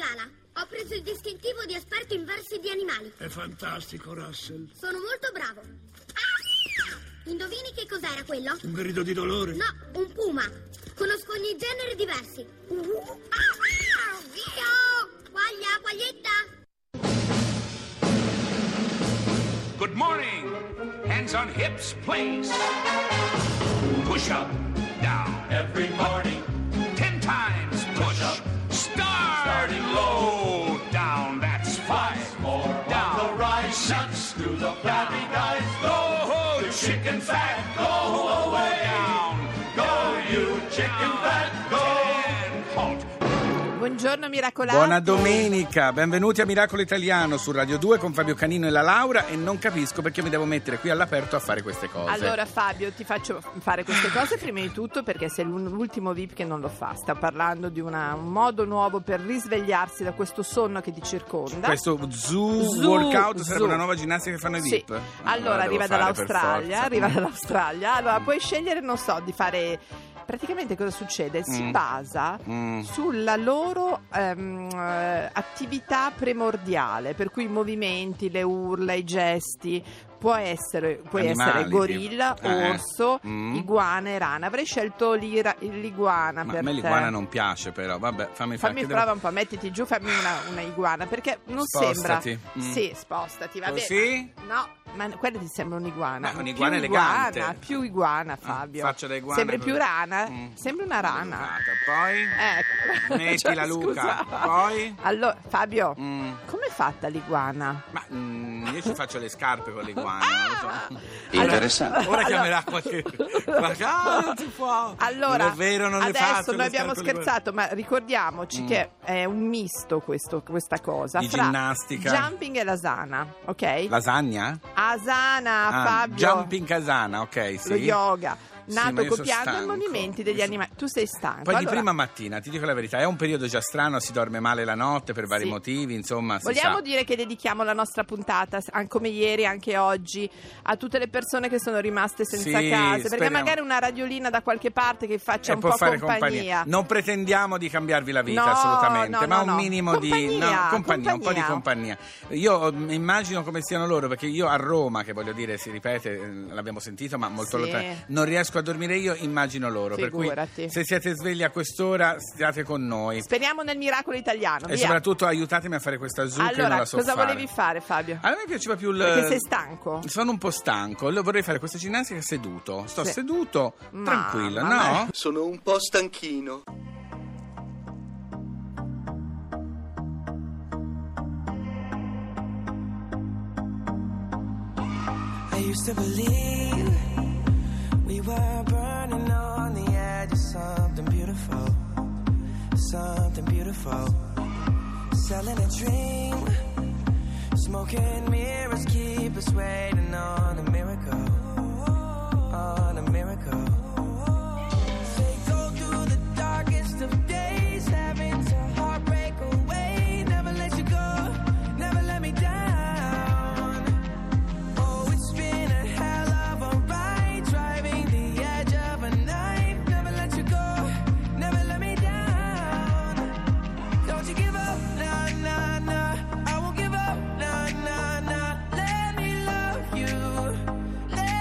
scala. Ho preso il distintivo di esperto in versi di animali. È fantastico, Russell. Sono molto bravo. Indovini che cos'era quello? Un grido di dolore? No, un puma. Conosco ogni genere di versi. Via! Quaglia, quaglietta! Good morning. Hands on hips, please. Push up, down. Every morning. 10 times push up. Starting low, down. That's 5 more. Down. On the rise, 6 to the flabby guys. Go, the chicken fat. Go away. Down. Go, you chicken fat. Go. 10. Halt. Buongiorno miracolati. Buona domenica, benvenuti a Miracolo Italiano su Radio 2 con Fabio Canino e la Laura, e non capisco perché mi devo mettere qui all'aperto a fare queste cose. Allora Fabio, ti faccio fare queste cose prima di tutto perché sei l'ultimo VIP che non lo fa. Sta parlando di un modo nuovo per risvegliarsi da questo sonno che ti circonda. Questo zoo workout sarebbe una nuova ginnastica che fanno i VIP? Sì. Allora arriva dall'Australia, allora puoi scegliere, non so, di fare... Praticamente cosa succede? Si basa sulla loro attività primordiale, per cui i movimenti, le urla, i gesti. Puoi essere gorilla, orso, iguana e rana. Avrei scelto l'iguana. Ma per a me te. l'iguana non piace, però vabbè, fammi prova un po', mettiti giù, fammi una iguana, perché non spostati. sembra. Sì, spostati, va bene. Così? No, ma quella ti sembra un'iguana. Ma un'iguana elegante. Più iguana, Fabio. Faccia da iguana. Sembri più rana? Sembra una rana. Poi? Ecco. Metti la Luca. Scusa. Poi? Allora, Fabio, com'è fatta l'iguana? Ma io ci faccio le scarpe con l'iguana. Non lo so. Interessante. Ora chiamerà qualche... non si può. Allora, non è vero, non le faccio. adesso noi abbiamo scarpe scherzato, ma ricordiamoci che è un misto questa cosa di fra ginnastica, jumping e lasana, ok? Lasagna? Asana, Fabio. Jumping asana, ok, sì. Lo yoga. Nato ma io sono copiando i stanco. movimenti degli animali. Tu sei stanco. Poi allora, di prima mattina, ti dico la verità, è un periodo già strano, si dorme male la notte per vari motivi, insomma. Vogliamo dire che dedichiamo la nostra puntata, come ieri, anche oggi, a tutte le persone che sono rimaste senza case, perché speriamo. magari una radiolina da qualche parte che faccia un può po' fare compagnia. Non pretendiamo di cambiarvi la vita, No, assolutamente, no, ma no, un minimo compagnia, compagnia, un po' di compagnia. Io immagino come stiano loro, perché io a Roma, che voglio dire, si ripete, l'abbiamo sentito, ma molto lontano, non riesco a dormire io, immagino loro. Figurati. Per cui se siete svegli a quest'ora, stiate con noi. Speriamo nel miracolo italiano. E soprattutto aiutatemi a fare questa zoo, che non la so cosa fare. volevi fare, Fabio? A me piaceva più Perché sei stanco? Sono un po' stanco. Vorrei fare questa ginnastica seduto. Sto seduto, tranquillo, mamma no? Sono un po' stanchino. I used to believe we were burning on the edge of something beautiful, something beautiful. Selling a dream, smoking mirrors keep us waiting on a miracle, on a miracle. They go through the darkest of days, having to heartbreak away. Never let you go, never let me down. Oh, it's been a hell of a ride, driving the edge of a knife. Never let you go, never let me down. Don't you give up, nah, nah, nah. I won't give up, nah, nah, nah. Let me love you, let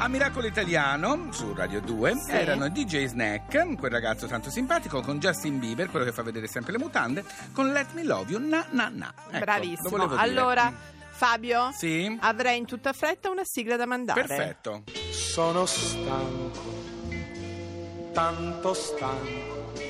Miracolo Italiano su Radio 2 erano DJ Snack, quel ragazzo tanto simpatico, con Justin Bieber, quello che fa vedere sempre le mutande, con Let Me Love You, na na na. Ecco, bravissimo. lo volevo dire. Allora, Fabio, sì? Avrei in tutta fretta una sigla da mandare. Perfetto. Sono stanco, tanto stanco.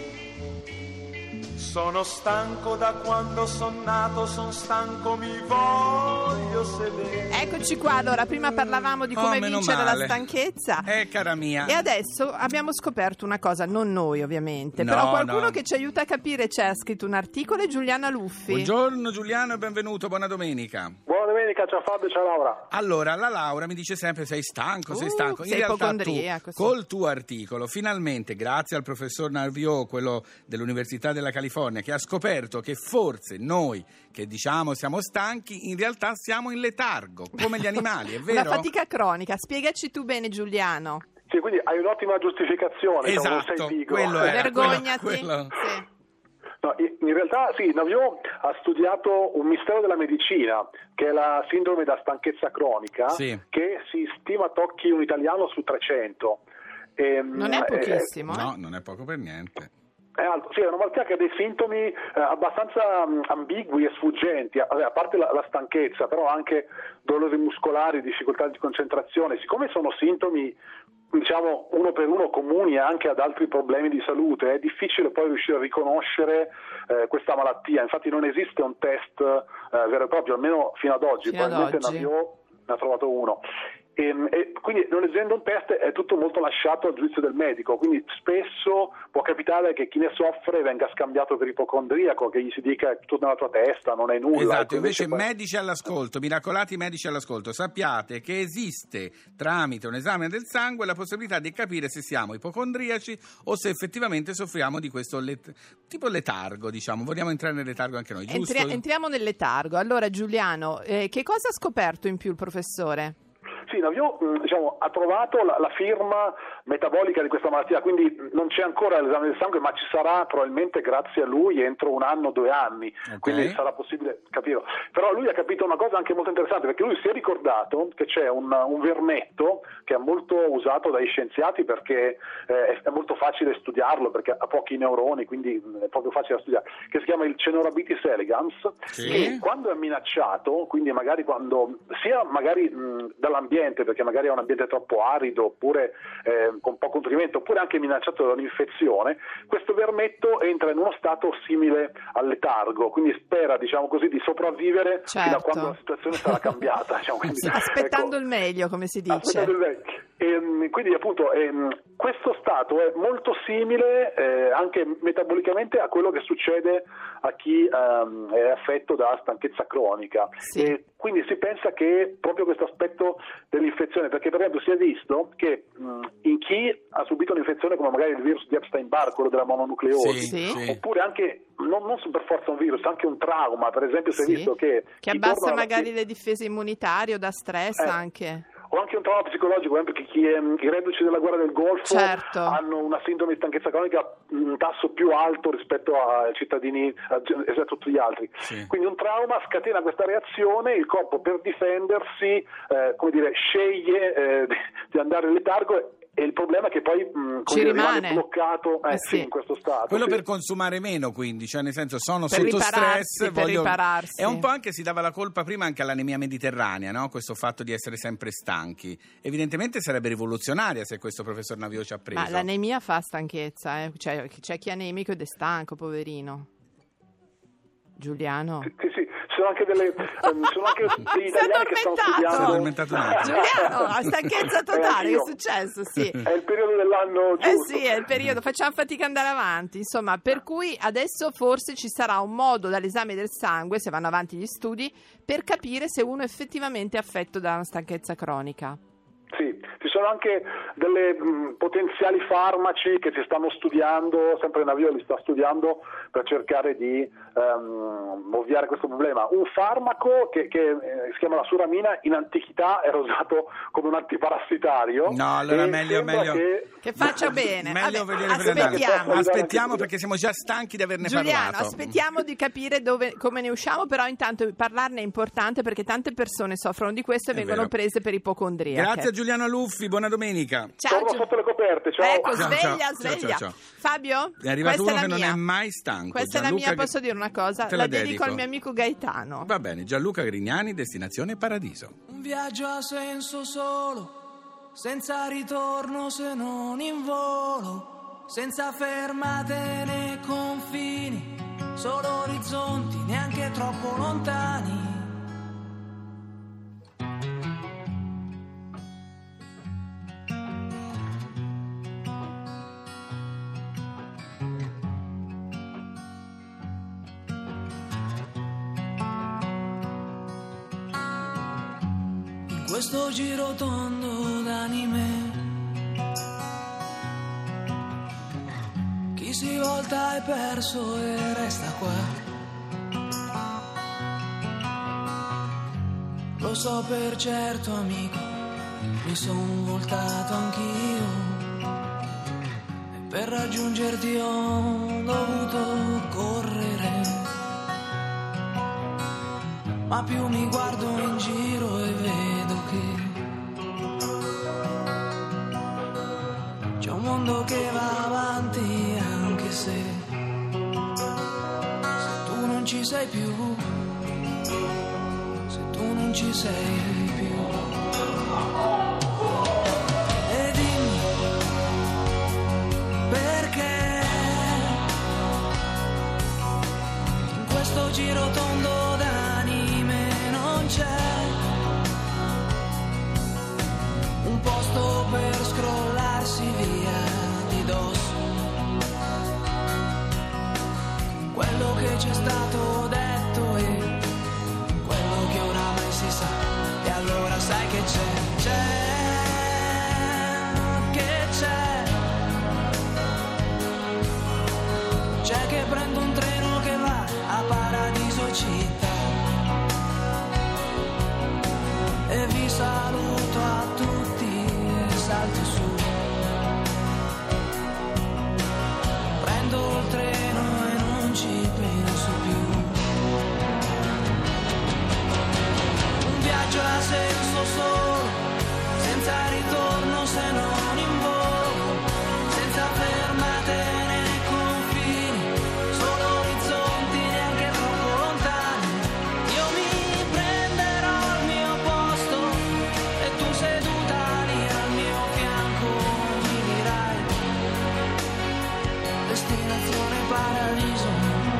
Sono stanco da quando son nato, son stanco, mi voglio sedere. Eccoci qua, allora prima parlavamo di come vincere la stanchezza. Cara mia. E adesso abbiamo scoperto una cosa, non noi ovviamente, però qualcuno che ci aiuta a capire. C'è scritto un articolo, è Giuliana Luffi. Buongiorno Giuliano e benvenuto, buona domenica. Buona domenica, ciao Fabio, ciao Laura. Allora, la Laura mi dice sempre sei stanco, sei stanco. In sei realtà ipocondriaco, tu, col tuo articolo, finalmente, grazie al professor Narviot, quello dell'Università della California, che ha scoperto che forse noi, che diciamo siamo stanchi, in realtà siamo in letargo, come gli animali, è vero? Una fatica cronica, spiegaci tu bene Giuliano. Sì, quindi hai un'ottima giustificazione. Esatto, diciamo, sei pigro. quello era. Vergognati. Quello. Sì. No, in realtà sì, Narviot ha studiato un mistero della medicina, che è la sindrome da stanchezza cronica, che si stima tocchi un italiano su 300. Non è pochissimo. No, non è poco per niente. È alto, sì, è una malattia che ha dei sintomi abbastanza ambigui e sfuggenti, a parte la stanchezza, però anche dolori muscolari, difficoltà di concentrazione. Siccome sono sintomi, diciamo, uno per uno comuni anche ad altri problemi di salute, è difficile poi riuscire a riconoscere questa malattia. Infatti non esiste un test vero e proprio, almeno fino ad oggi. Probabilmente Narviot ne ha trovato uno. E quindi non essendo un test è tutto molto lasciato al giudizio del medico, quindi spesso può capitare che chi ne soffre venga scambiato per ipocondriaco, che gli si dica è tutto nella tua testa, non è nulla. Esatto, invece medici all'ascolto, miracolati medici all'ascolto, sappiate che esiste tramite un esame del sangue la possibilità di capire se siamo ipocondriaci o se effettivamente soffriamo di questo tipo letargo, diciamo. Vogliamo entrare nel letargo anche noi, giusto? Entriamo nel letargo. Allora Giuliano, che cosa ha scoperto in più il professore? Sì, Narviot ha trovato la firma metabolica di questa malattia, quindi non c'è ancora l'esame del sangue, ma ci sarà probabilmente grazie a lui entro 1 anno, 2 anni, quindi sarà possibile capirlo. Però lui ha capito una cosa anche molto interessante, perché lui si è ricordato che c'è un vermetto che è molto usato dai scienziati perché è molto facile studiarlo, perché ha pochi neuroni, quindi è proprio facile da studiare, che si chiama il Caenorhabditis elegans, che quando è minacciato, quindi magari dall'ambiente, perché magari è un ambiente troppo arido oppure con poco nutrimento, oppure anche minacciato da un'infezione, questo vermetto entra in uno stato simile al letargo, quindi spera, diciamo così, di sopravvivere fino a quando la situazione sarà cambiata. Aspettando il meglio, come si dice. Quindi appunto questo stato è molto simile anche metabolicamente a quello che succede a chi è affetto da stanchezza cronica. E quindi si pensa che proprio questo aspetto dell'infezione, perché per esempio si è visto che in chi ha subito un'infezione come magari il virus di Epstein-Barr, quello della mononucleosi, oppure anche non per forza un virus, anche un trauma, per esempio si è visto che abbassa magari le difese immunitarie o da stress anche. O anche un trauma psicologico, perché i reduci della guerra del Golfo hanno una sindrome di stanchezza cronica un tasso più alto rispetto ai cittadini, a tutti gli altri. Quindi un trauma scatena questa reazione, il corpo per difendersi sceglie di andare in letargo. E il problema è che poi rimane bloccato in questo stato. Quello per consumare meno, quindi, cioè nel senso sono sotto stress, ripararsi. E un po' anche si dava la colpa prima anche all'anemia mediterranea, no? Questo fatto di essere sempre stanchi. Evidentemente sarebbe rivoluzionaria se questo professor Narviot ci ha preso. Ma l'anemia fa stanchezza, Cioè, c'è chi è anemico ed è stanco, poverino. Giuliano. Sì, sono anche degli italiani che stanno studiando. Giuliano, a stanchezza totale, che è successo? Sì. È il periodo dell'anno giusto. Sì, è il periodo, facciamo fatica ad andare avanti. Insomma, per cui adesso forse ci sarà un modo dall'esame del sangue, se vanno avanti gli studi, per capire se uno è effettivamente affetto da una stanchezza cronica. Sì, ci sono anche delle potenziali farmaci che si stanno studiando, sempre Narviot li sta studiando per cercare di ovviare questo problema. Un farmaco che si chiama la suramina in antichità era usato come un antiparassitario. No, allora meglio che faccia bene. Meglio vedere aspettiamo perché siamo già stanchi di averne parlato. Aspettiamo di capire come ne usciamo, però intanto parlarne è importante perché tante persone soffrono di questo e vengono prese per ipocondriache. Grazie a Giuliano Luffi. Raffi, buona domenica. Ciao. Torno sotto le coperte, ciao. Ecco, Ciao, sveglia, ciao, sveglia. ciao. Fabio? È arrivato questa uno è che la non mia. è mai stanco. Questa è la Gianluca mia, posso dire una cosa? Te La dedico dedico al mio amico Gaetano. Va bene, Gianluca Grignani, Destinazione Paradiso. Un viaggio ha senso solo, senza ritorno se non in volo, senza fermate né confini, solo orizzonti neanche troppo lontani. Questo giro tondo d'anime, chi si volta è perso e resta qua. Lo so per certo, amico, mi son voltato anch'io e per raggiungerti ho dovuto correre. Ma più mi guardo in giro e vedo che c'è un mondo che va avanti, anche se tu non ci sei più, se tu non ci sei più. E dimmi perché in questo giro tondo c'è un posto per scrollarsi via di dosso quello che c'è stato detto e quello che oramai si sa. E allora sai che c'è che prendo un treno che va a Paradiso città. E vi saluto a tutti e salto su. Prendo il treno e non ci penso più. Un viaggio ha senso solo, senza ritorno se non in volo, senza fermate né confini, solo orizzonti neanche troppo lontani. Io mi prenderò al mio posto e tu seduta lì al mio fianco mi dirai destinazione paradiso.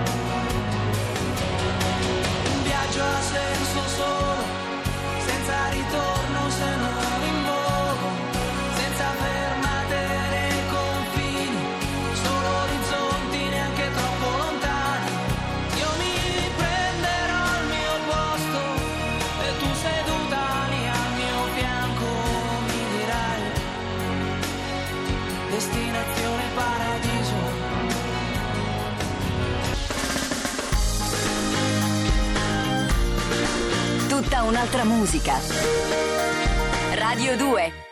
Un viaggio ha senso solo, senza ritorno se non in volo, senza fermate né confini, solo orizzonti neanche troppo lontani. Io mi prenderò al mio posto e tu seduta lì al mio fianco mi dirai destinazione paradiso. Tutta un'altra musica. Radio 2.